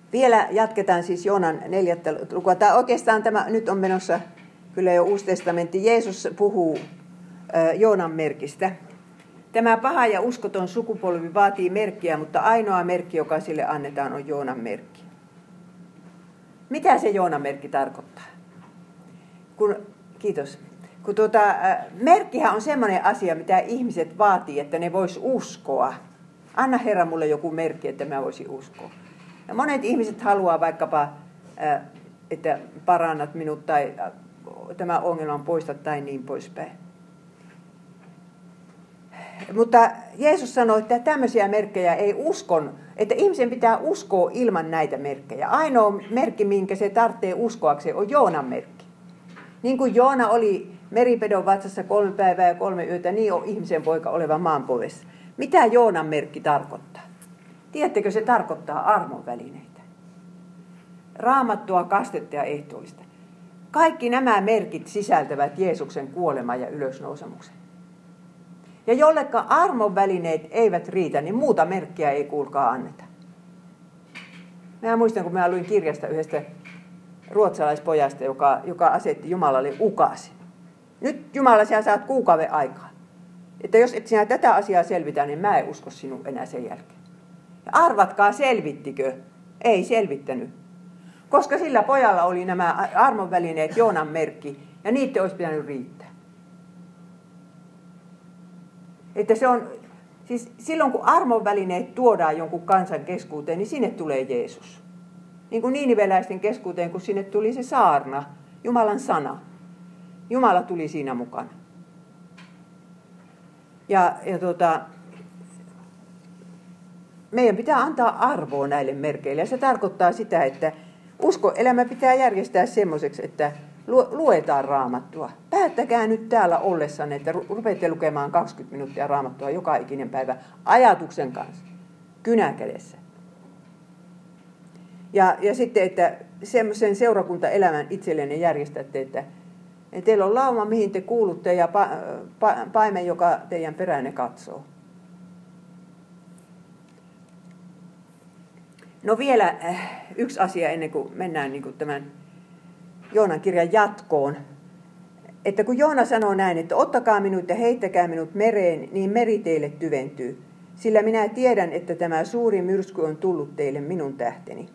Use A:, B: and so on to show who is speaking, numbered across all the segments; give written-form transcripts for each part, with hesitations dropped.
A: Vielä jatketaan siis Joonan 4. lukua. Tai oikeastaan tämä nyt on menossa kyllä jo Uusi testamentti. Jeesus puhuu Joonan merkistä. Tämä paha ja uskoton sukupolvi vaatii merkkiä, mutta ainoa merkki, joka sille annetaan, on Joonan merkki. Mitä se Joonan merkki tarkoittaa? Kiitos. Merkkihän on semmoinen asia, mitä ihmiset vaatii, että ne vois uskoa. Anna Herra mulle joku merkki, että mä voisin uskoa. Ja monet ihmiset haluaa vaikkapa, että parannat minut tai tämä ongelman poistat tai niin poispäin. Mutta Jeesus sanoi, että tämmöisiä merkkejä ei uskon, että ihmisen pitää uskoa ilman näitä merkkejä. Ainoa merkki, minkä se tarvitsee uskoakseen, on Joonan merkki. Niin kuin Joona oli meripedon vatsassa 3 päivää ja 3 yötä, niin on ihmisen poika oleva maanpoissa. Mitä Joonan merkki tarkoittaa? Tiedättekö, se tarkoittaa armon välineitä. Raamattua, kastetta ja ehtoollista. Kaikki nämä merkit sisältävät Jeesuksen kuoleman ja ylösnousemuksen. Ja jollekka armon välineet eivät riitä, niin muuta merkkiä ei kuulkaa anneta. Mä muistan, kun mä luin kirjasta yhdestä ruotsalaispojasta, joka asetti Jumalalle ukasin. Nyt Jumala, sinä saat kuukauden aikaa. Että jos et sinä tätä asiaa selvitä, niin mä en usko sinun enää sen jälkeen. Ja arvatkaa, selvittikö? Ei selvittänyt. Koska sillä pojalla oli nämä armon välineet, Joonan merkki, ja niitä olisi pitänyt riittää. Että se on, siis silloin kun armon välineet tuodaan jonkun kansan keskuuteen, niin sinne tulee Jeesus. Niin kuin niiniveläisten keskuuteen, kun sinne tuli se saarna, Jumalan sana. Jumala tuli siinä mukana. Meidän pitää antaa arvoa näille merkeille. Ja se tarkoittaa sitä, että uskoelämä pitää järjestää semmoiseksi, että luetaan Raamattua. Päättäkää nyt täällä ollessanne, että rupeatte lukemaan 20 minuuttia Raamattua joka ikinen päivä ajatuksen kanssa, kynäkädessä. Ja sitten, että semmoisen seurakuntaelämän itsellenne järjestätte, että teillä on lauma, mihin te kuulutte, ja paimen, joka teidän peränne katsoo. No vielä yksi asia ennen kuin mennään niin kuin tämän Joonan kirjan jatkoon. Että kun Joona sanoo näin, että ottakaa minut ja heittäkää minut mereen, niin meri teille tyventyy. Sillä minä tiedän, että tämä suuri myrsky on tullut teille minun tähteni.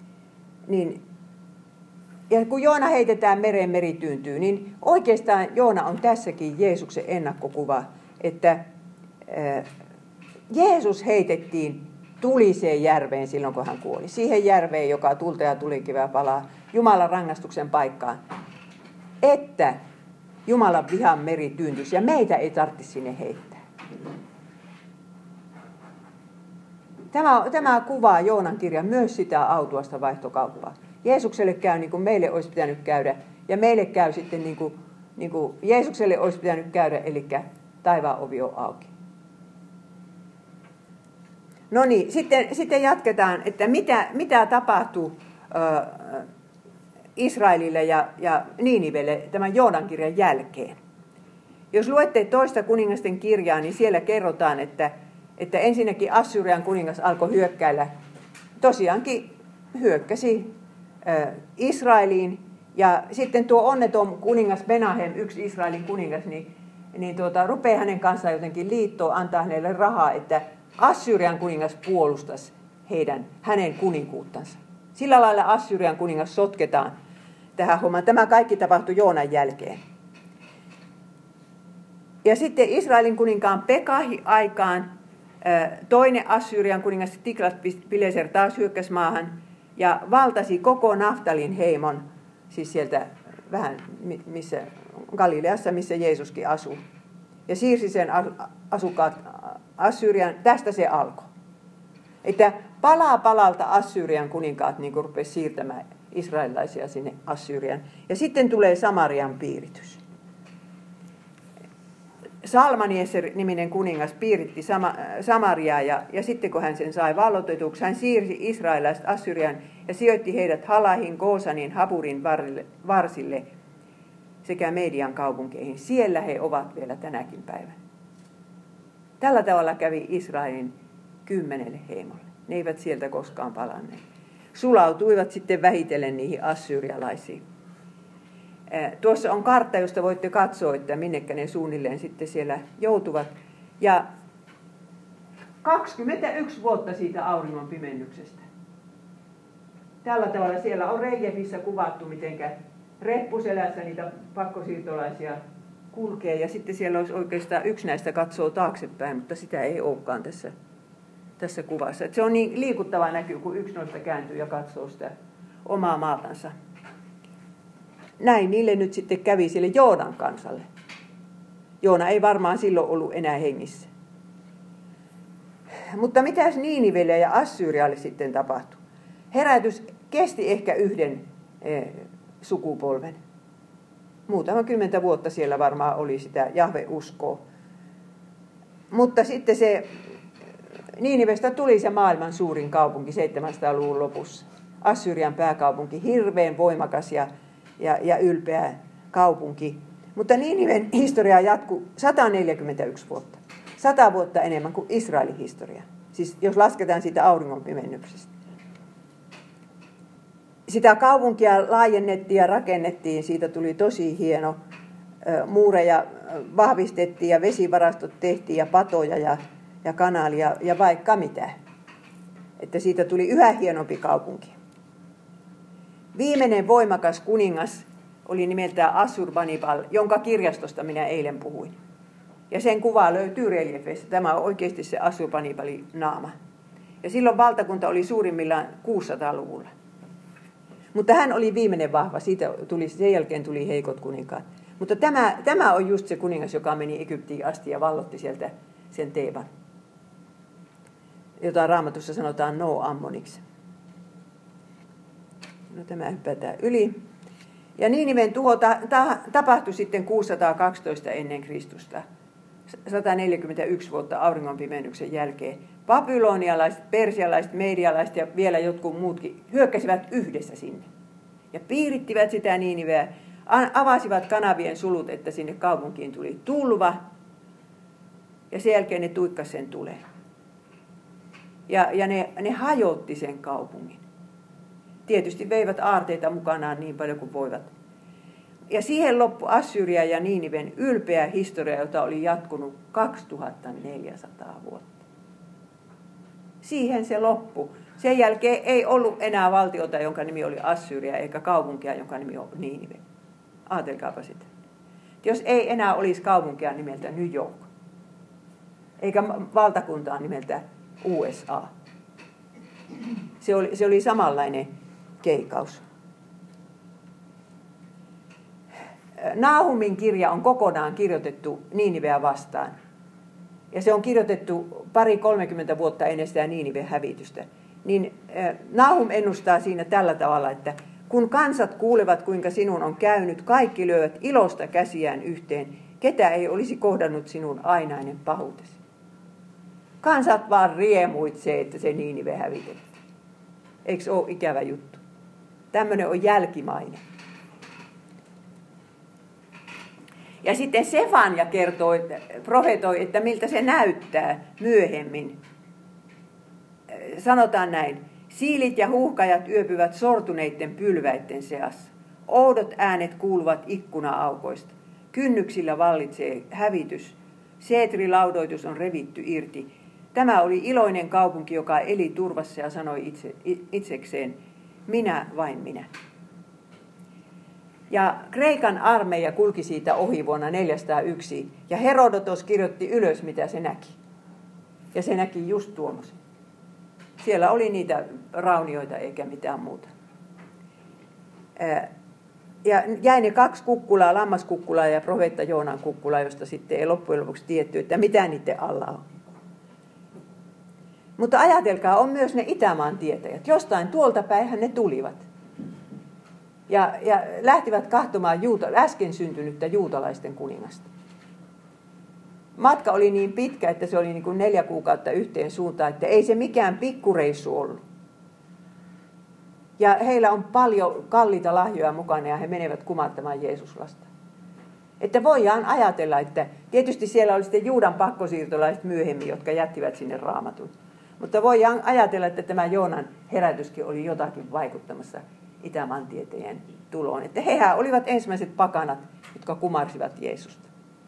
A: Ja kun Joona heitetään mereen, meri tyyntyy, niin oikeastaan Joona on tässäkin Jeesuksen ennakkokuva, että Jeesus heitettiin tuliseen järveen silloin, kun hän kuoli. Siihen järveen, joka tulta ja tulikivää palaa, Jumalan rangaistuksen paikkaan. Että Jumalan vihan meri tyyntyisi ja meitä ei tarvitse sinne heittää. Tämä kuvaa Joonan kirja myös sitä autuasta vaihtokauppaa. Jeesukselle käy niin kuin meille olisi pitänyt käydä ja meille käy sitten niin kuin Jeesukselle olisi pitänyt käydä, eli taivaan ovi on auki. No niin, sitten jatketaan, että mitä tapahtuu Israelille ja Niinivelle tämän Joonan kirjan jälkeen. Jos luette toista kuningasten kirjaa, niin siellä kerrotaan, että ensinnäkin Assyrian kuningas alkoi hyökkäillä. Tosiaankin hyökkäsi Israeliin. Ja sitten tuo onneton kuningas Menahem, yksi Israelin kuningas, niin rupeaa hänen kanssaan jotenkin liittoon, antaa hänelle rahaa, että Assyrian kuningas puolustaisi hänen kuninkuuttansa. Sillä lailla Assyrian kuningas sotketaan tähän hommaan. Tämä kaikki tapahtui Joonan jälkeen. Ja sitten Israelin kuninkaan Pekahin aikaan toinen Assyrian kuningas Tiglat-Pileser taas hyökkäsi maahan ja valtasi koko Naftalin heimon, siis sieltä vähän missä Galileassa, missä Jeesuskin asui. Ja siirsi sen asukkaat Assyrian, tästä se alkoi. Että palaa palalta Assyrian kuninkaat niin kuin rupesi siirtämään israelilaisia sinne Assyrian. Ja sitten tulee Samarian piiritys. Salmanieser-niminen kuningas piiritti Samariaa ja sitten kun hän sen sai valloitetuksi, hän siirsi israelilaiset Assyrian ja sijoitti heidät Halahin, Goosanin, Haburin varsille sekä Median kaupunkeihin. Siellä he ovat vielä tänäkin päivänä. Tällä tavalla kävi Israelin 10 heimolle. Ne eivät sieltä koskaan palanneet. sulautuivat sitten vähitellen niihin assyrialaisiin. Tuossa on kartta, josta voitte katsoa, että minnekä ne suunnilleen sitten siellä joutuvat. Ja 21 vuotta siitä auringon pimennyksestä. Tällä tavalla siellä on reliefissä kuvattu, mitenkä reppuselässä niitä pakkosiirtolaisia kulkee. Ja sitten siellä olisi oikeastaan yksi näistä katsoo taaksepäin, mutta sitä ei olekaan tässä kuvassa. Että se on niin liikuttava näky, kun yksi noista kääntyy ja katsoo sitä omaa maatansa. Näin niille nyt sitten kävi sille Joonan kansalle. Joona ei varmaan silloin ollut enää hengissä. Mutta mitäs Niinivelle ja Assyrialle sitten tapahtui? Herätys kesti ehkä yhden sukupolven. Muutama 10 vuotta siellä varmaan oli sitä Jahve-uskoa. Mutta sitten se Niinivestä tuli se maailman suurin kaupunki 700-luvun lopussa. Assyrian pääkaupunki, hirveän voimakas ja ylpeä kaupunki. Mutta Niiniven historia jatkui 141 vuotta. 100 vuotta enemmän kuin Israelin historia. Siis jos lasketaan siitä auringonpimennyksestä. Sitä kaupunkia laajennettiin ja rakennettiin. Siitä tuli tosi hieno. Muureja vahvistettiin ja vesivarastot tehtiin ja patoja ja kanalia ja vaikka mitä. Että siitä tuli yhä hienompi kaupunki. Viimeinen voimakas kuningas oli nimeltään Assurbanipal, jonka kirjastosta minä eilen puhuin. Ja sen kuva löytyy reliefeissä. Tämä on oikeasti se Assurbanipalin naama. Ja silloin valtakunta oli suurimmillaan 600-luvulla. Mutta hän oli viimeinen vahva. Sen jälkeen tuli heikot kuninkaat. Mutta tämä on just se kuningas, joka meni Egyptiin asti ja vallotti sieltä sen Teeban, jota Raamatussa sanotaan No-Ammoniksi. No tämä hypätään yli. Ja Niiniven tuho tapahtui sitten 612 ennen Kristusta. 141 vuotta auringonpimennyksen jälkeen. Babylonialaiset, persialaiset, medialaiset ja vielä jotkut muutkin hyökkäsivät yhdessä sinne. Ja piirittivät sitä Niiniveä, avasivat kanavien sulut, että sinne kaupunkiin tuli tulva. Ja sen jälkeen ne tuikkasi sen tuleen. Ja ne hajotti sen kaupungin. Tietysti veivät aarteita mukanaan niin paljon kuin voivat. Ja siihen loppui Assyria ja Niiniven ylpeä historia, jota oli jatkunut 2400 vuotta. Siihen se loppui. Sen jälkeen ei ollut enää valtiota, jonka nimi oli Assyria, eikä kaupunkia, jonka nimi on Niinive. Aatelkaapa sitä. Jos ei enää olisi kaupunkia nimeltä New York, eikä valtakuntaa nimeltä USA. Se oli samanlainen keikaus. Naahumin kirja on kokonaan kirjoitettu Niiniveä vastaan. Ja se on kirjoitettu 30 vuotta ennen sitä Niiniven hävitystä. Niin Naahum ennustaa siinä tällä tavalla, että kun kansat kuulevat, kuinka sinun on käynyt, kaikki lyövät ilosta käsiään yhteen, ketä ei olisi kohdannut sinun ainainen pahuutesi. Kansat vaan riemuitsee, että se Niinive hävitettiin. Eikö se ole ikävä juttu? Tämmöinen on jälkimainen. Ja sitten Sefania profetoi, että miltä se näyttää myöhemmin. Sanotaan näin. Siilit ja huuhkajat yöpyvät sortuneiden pylväitten seassa. Oudot äänet kuuluvat ikkuna-aukoista. Kynnyksillä vallitsee hävitys. Seetrilaudoitus on revitty irti. Tämä oli iloinen kaupunki, joka eli turvassa ja sanoi itsekseen, minä vain minä. Ja Kreikan armeija kulki siitä ohi vuonna 401, ja Herodotos kirjoitti ylös, mitä se näki. Ja se näki just tuommoisen. Siellä oli niitä raunioita eikä mitään muuta. Ja jäi ne 2 kukkulaa, lammaskukkulaa ja profeetta Joonan kukkulaa, josta sitten ei loppujen lopuksi tiedetty, että mitä niiden alla on. Mutta ajatelkaa, on myös ne Itämaan tietäjät. Jostain tuolta päinhän ne tulivat. Ja lähtivät katsomaan äsken syntynyttä juutalaisten kuningasta. Matka oli niin pitkä, että se oli niin kuin 4 kuukautta yhteen suuntaan, että ei se mikään pikkureissu ollut. Ja heillä on paljon kalliita lahjoja mukana ja he menevät kumartamaan Jeesuslasta. Että voidaan ajatella, että tietysti siellä oli sitten Juudan pakkosiirtolaiset myöhemmin, jotka jättivät sinne Raamatun. Mutta voidaan ajatella, että tämä Joonan herätyskin oli jotakin vaikuttamassa itämaantieteen tuloon. Että hehän olivat ensimmäiset pakanat, jotka kumarsivat Jeesusta.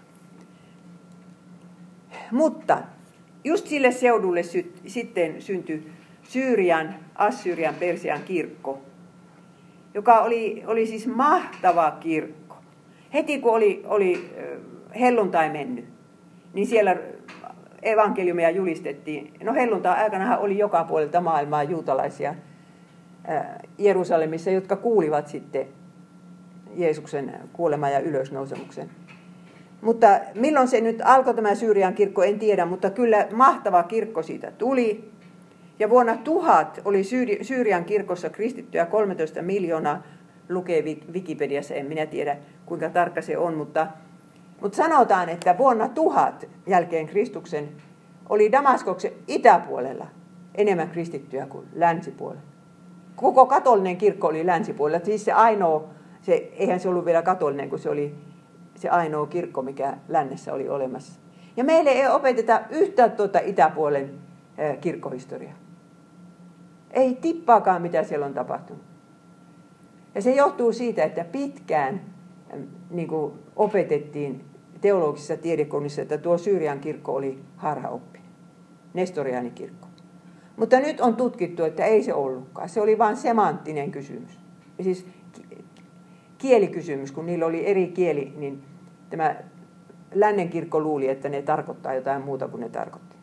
A: Mutta just sille seudulle sitten syntyi Syyrian, Assyrian, Persian kirkko, joka oli siis mahtava kirkko. Heti kun oli helluntai mennyt, niin siellä evankeliumia julistettiin. No helluntai aikanahan oli joka puolelta maailmaa juutalaisia Jerusalemissa, jotka kuulivat sitten Jeesuksen kuoleman ja ylösnousemuksen. Mutta milloin se nyt alkoi tämä Syyrian kirkko, en tiedä, mutta kyllä mahtava kirkko siitä tuli. Ja vuonna 1000 oli Syyrian kirkossa kristittyjä 13 miljoonaa, lukee Wikipediassa, en minä tiedä kuinka tarkka se on, mutta sanotaan, että vuonna 1000 jälkeen Kristuksen oli Damaskoksen itäpuolella enemmän kristittyjä kuin länsipuolella. Koko katolinen kirkko oli länsipuolella, siis se ainoa, eihän se ollut vielä katolinen, kun se oli se ainoa kirkko, mikä lännessä oli olemassa. Ja meille ei opeteta yhtään tuota itäpuolen kirkkohistoriaa. Ei tippaakaan, mitä siellä on tapahtunut. Ja se johtuu siitä, että pitkään niin kuin opetettiin teologisissa tiedekunnissa, että tuo Syyrian kirkko oli harhaoppi. Nestoriaanikirkko. Mutta nyt on tutkittu, että ei se ollutkaan. Se oli vain semanttinen kysymys. Ja siis kielikysymys, kun niillä oli eri kieli, niin tämä lännen kirkko luuli, että ne tarkoittaa jotain muuta kuin ne tarkoitti.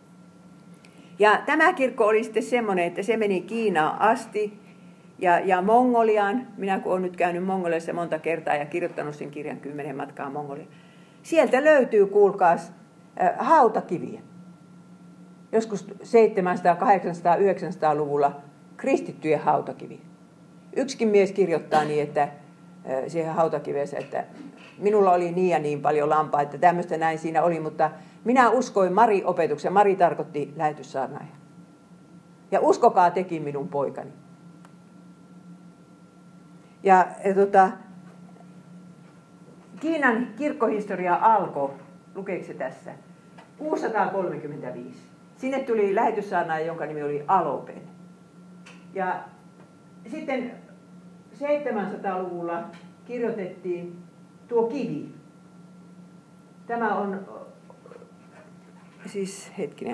A: Ja tämä kirkko oli sitten semmoinen, että se meni Kiinaan asti ja Mongoliaan. Minä kun olen nyt käynyt Mongoliassa monta kertaa ja kirjoittanut sen kirjan 10 matkaa Mongoliaan. Sieltä löytyy, kuulkaas, hautakiviä. Joskus 700-, 800-, 900-luvulla kristittyjen hautakiviä. Yksikin mies kirjoittaa niin, että siihen hautakivessä, että minulla oli niin ja niin paljon lampaa, että tämmöistä näin siinä oli, mutta minä uskoin Mari-opetuksen. Mari tarkoitti lähetyssaarnaaja. Ja uskokaa teki minun poikani. Ja Kiinan kirkkohistoria alkoi, lukeeko se tässä, 635. Sinne tuli lähetyssaarnaaja, jonka nimi oli Alopen. Ja sitten 700-luvulla kirjoitettiin tuo kivi. Tämä on, siis hetkinen,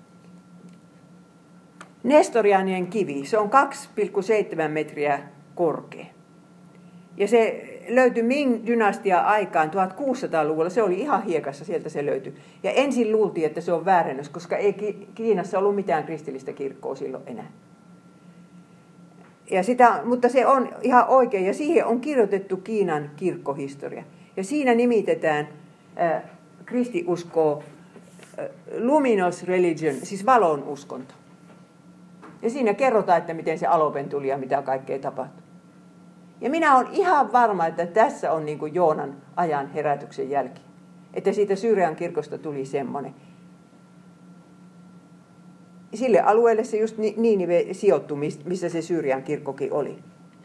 A: nestoriaaninen kivi. Se on 2,7 metriä korkea. Ja se löytyi Ming-dynastia aikaan 1600-luvulla. Se oli ihan hiekassa, sieltä se löytyi. Ja ensin luultiin, että se on väärennös, koska ei Kiinassa ollut mitään kristillistä kirkkoa silloin enää. Ja mutta se on ihan oikein, ja siihen on kirjoitettu Kiinan kirkkohistoria. Ja siinä nimitetään kristiuskoa luminous religion, siis valon uskonto. Ja siinä kerrotaan, että miten se Alopen tuli ja mitä kaikkea tapahtui. Ja minä olen ihan varma, että tässä on niin kuin Joonan ajan herätyksen jälki. Että siitä Syyrian kirkosta tuli semmoinen. Sille alueelle se just Niinive sijoittui, missä se Syyrian kirkkokin oli.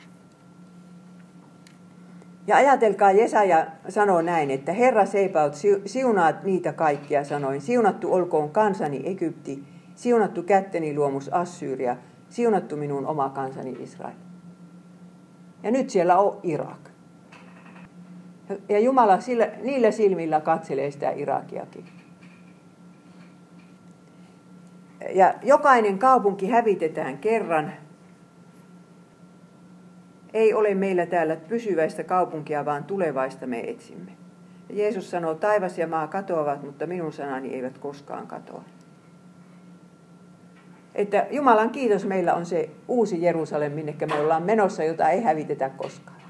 A: Ja ajatelkaa, Jesaja sanoo näin, että Herra Seibaot, siunaat niitä kaikkia, sanoin. Siunattu olkoon kansani Egypti, siunattu kätteni luomus Assyria, siunattu minun oma kansani Israel. Ja nyt siellä on Irak. Ja Jumala niillä silmillä katselee sitä Irakiakin. Ja jokainen kaupunki hävitetään kerran. Ei ole meillä täällä pysyväistä kaupunkia, vaan tulevaista me etsimme. Ja Jeesus sanoo, taivas ja maa katoavat, mutta minun sanani eivät koskaan katoa. Että Jumalan kiitos, meillä on se uusi Jerusalem, minnekä me ollaan menossa, jota ei hävitetä koskaan.